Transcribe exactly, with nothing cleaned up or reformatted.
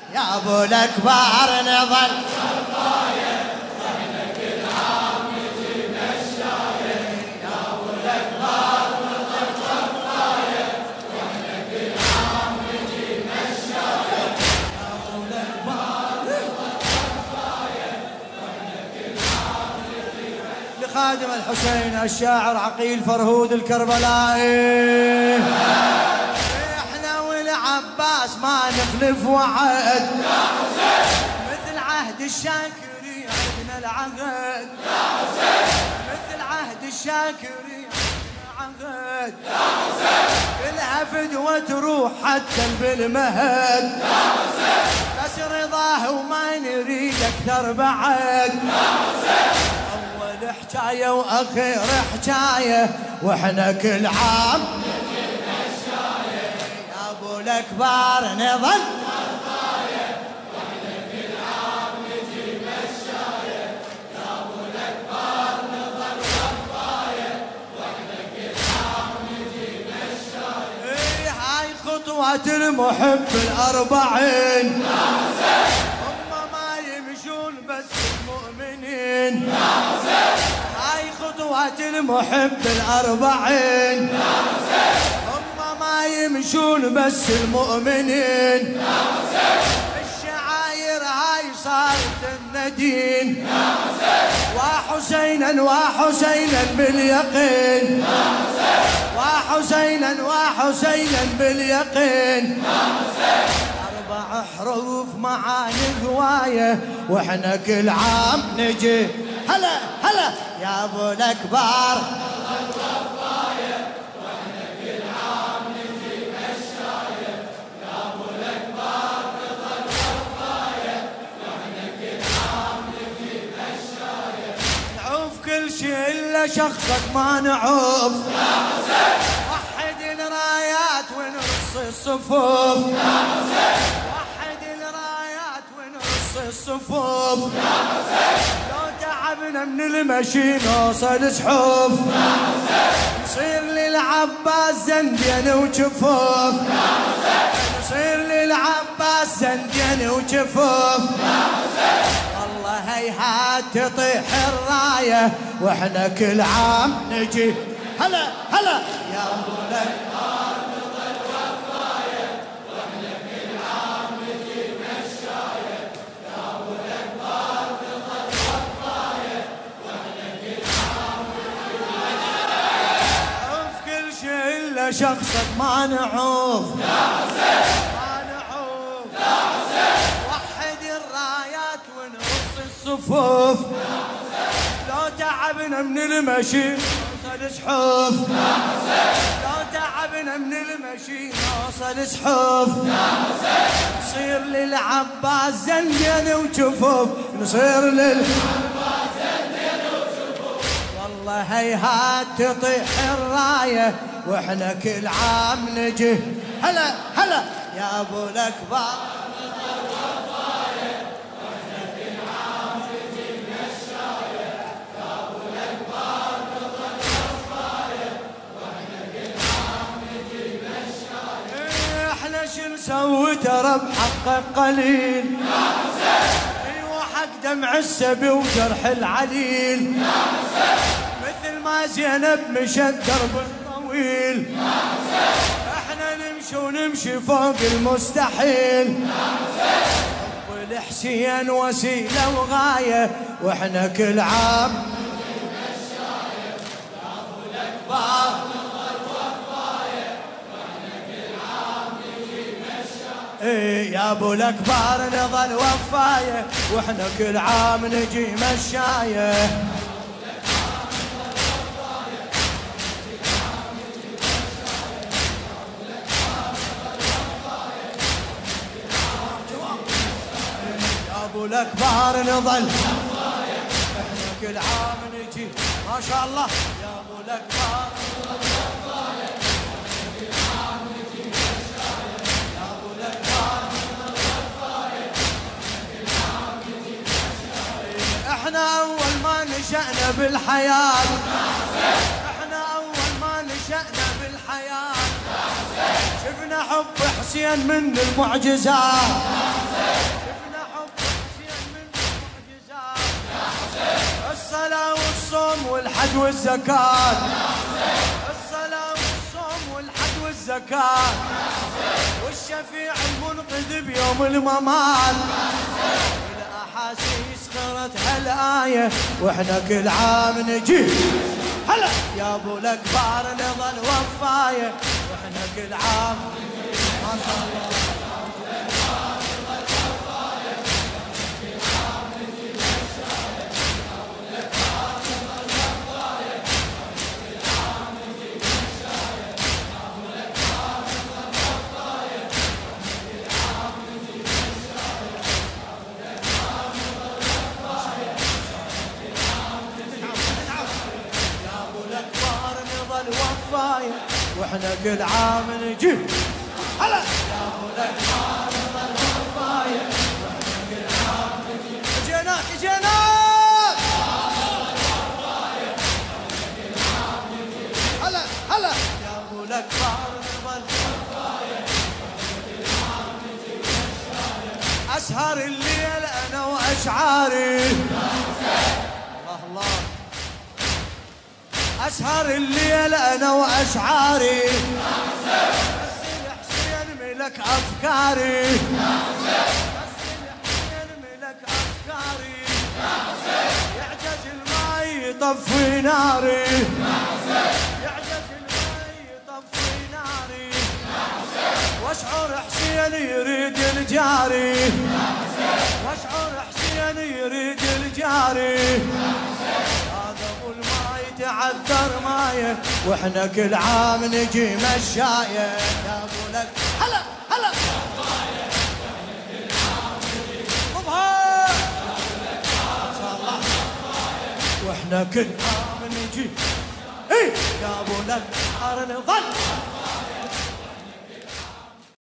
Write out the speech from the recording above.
يا ابو الاكبر نظل خادم الحسين الشاعر عقيل فرهود الكربلائي. احنا والعباس ما نخلف وعد يا حسين، مثل عهد الشاكري عندنا العهد يا حسين، مثل عهد الشاكري عندنا العهد يا حسين، كلها فدوة تروح حتى بالمهد يا حسين، بس رضاه وما نريد اكثر بعد يا حسين، حكاية وأخير حكاية واحنا كل عام نجينا الشاية. يا ابو الاكبر نظل والطاية واحنا كل عام نجينا الشاية. يا ابو الاكبر نظل والطاية واحنا كل عام نجينا الشاية. اي هاي خطوة المحب الأربعين يا حسين، هم ما يمشون بس المؤمنين يا حسين، خطوات المحب الأربعين يا حسين، هم ما يمشون بس المؤمنين يا حسين، الشعاير هاي صارت الندين يا حسين، وحسينا وحسينا باليقين يا حسين، وحسينا وحسينا باليقين يا حسين، أربع حروف معاني هواية واحنا كل عام نجي. هلا هلا يا ابو الاكبر نظل وفاية واحنا كل عام نجيب الشاية. يا ابو الاكبر نظل وفاية واحنا كل عام نجيب الشاية. نعوف كل شيء الا شخصك ما نعوف يا حسين، وحد الرايات ونرص الصفوف يا حسين، وحد الرايات ونرص الصفوف يا حسين، تعبنا من المشي نوصل سحوف يا حسين، نصير للعباس زندين وجفوف يا حسين، نصير للعباس زندين وجفوف يا حسين، والله هيهات تطيح الراية واحنا كل عام نجي. هلا هلا يا ابو الاكبر نظل وفاية واحنا كل عام نجيب الشاية. يا ابو الاكبر نظل وفاية واحنا كل عام نجيب الشاية. نعوف كل شيء الا شخصك ما نعوف يا حسين، ما نعوف يا حسين، وحد الرايات ونرص الصفوف يا حسين، لو تعبنا من المشي نوصل سحوف يا حسين، لو تعبنا من المشي نوصل سحوف يا حسين، نصير للعباس زندين وجفوف، نصير للعباس زندين وجفوف، والله هيهات تطيح الراية واحنا كل عام نجي. هلا هلا يا ابو الاكبر نظل وفاية واحنا كل عام نجيب الشاية. يا ابو الاكبر نظل وفاية واحنا كل عام نجيب الشاية. احنا شو نسوي ترى بحقك قليل يا حسين، ايوه حق دمع السبي وجرح العليل يا حسين، مثل ما زينب مشت درب الطويل يا حسين، احنا نمشي ونمشي فوق المستحيل يا حسين، حب الحسين وسيلة وغاية واحنا كل عام نجيب الشاية. يا ابو الاكبر نظل وفاية واحنا كل عام نجيب الشاية. ايه يا ابو الاكبر نظل وفاية واحنا كل عام نجيب الشاية. ابو الاكبر نظل احنا كل عام نجي ما شاء الله. يا ابو الاكبر يا ابو الاكبر احنا اول ما نشأنا بالحياة، احنا اول ما نشأنا بالحياة شفنا حب حسين من المعجزات، والحج والزكاة، الصلاة والصوم والحج والزكاة، والشفيع المنقذ بيوم الممات. الأحاسيس خرت هالآية واحنا كل عام نجي هلا يا ابو الاكبار نظل وفاية، واحنا كل عام ما شاء الله وفاية، واحنا كل عام نجي هلا يا ابو الاكبار نظل وفاية، واحنا كل عام نجي. اجيناك اجيناك هلا هلا يا ابو الاكبار نظل وفاية، اسهر الليل انا واشعاري الله الله، أسهر الليل أنا وأشعاري، أسل حسين ملك أفكاري، أسل حسين ملك أفكاري، يعجز الماي يطفي ناري، يعجز الماي يطفي ناري، واشعر حسين يريد الجاري، واشعر حسين يريد الجاري، تعذر مايه واحنا كل عام نجي مشايه يا ابو لك هلا هلا طبها ما شاء الله، واحنا كل عام نجي اي يا ابو لك نظل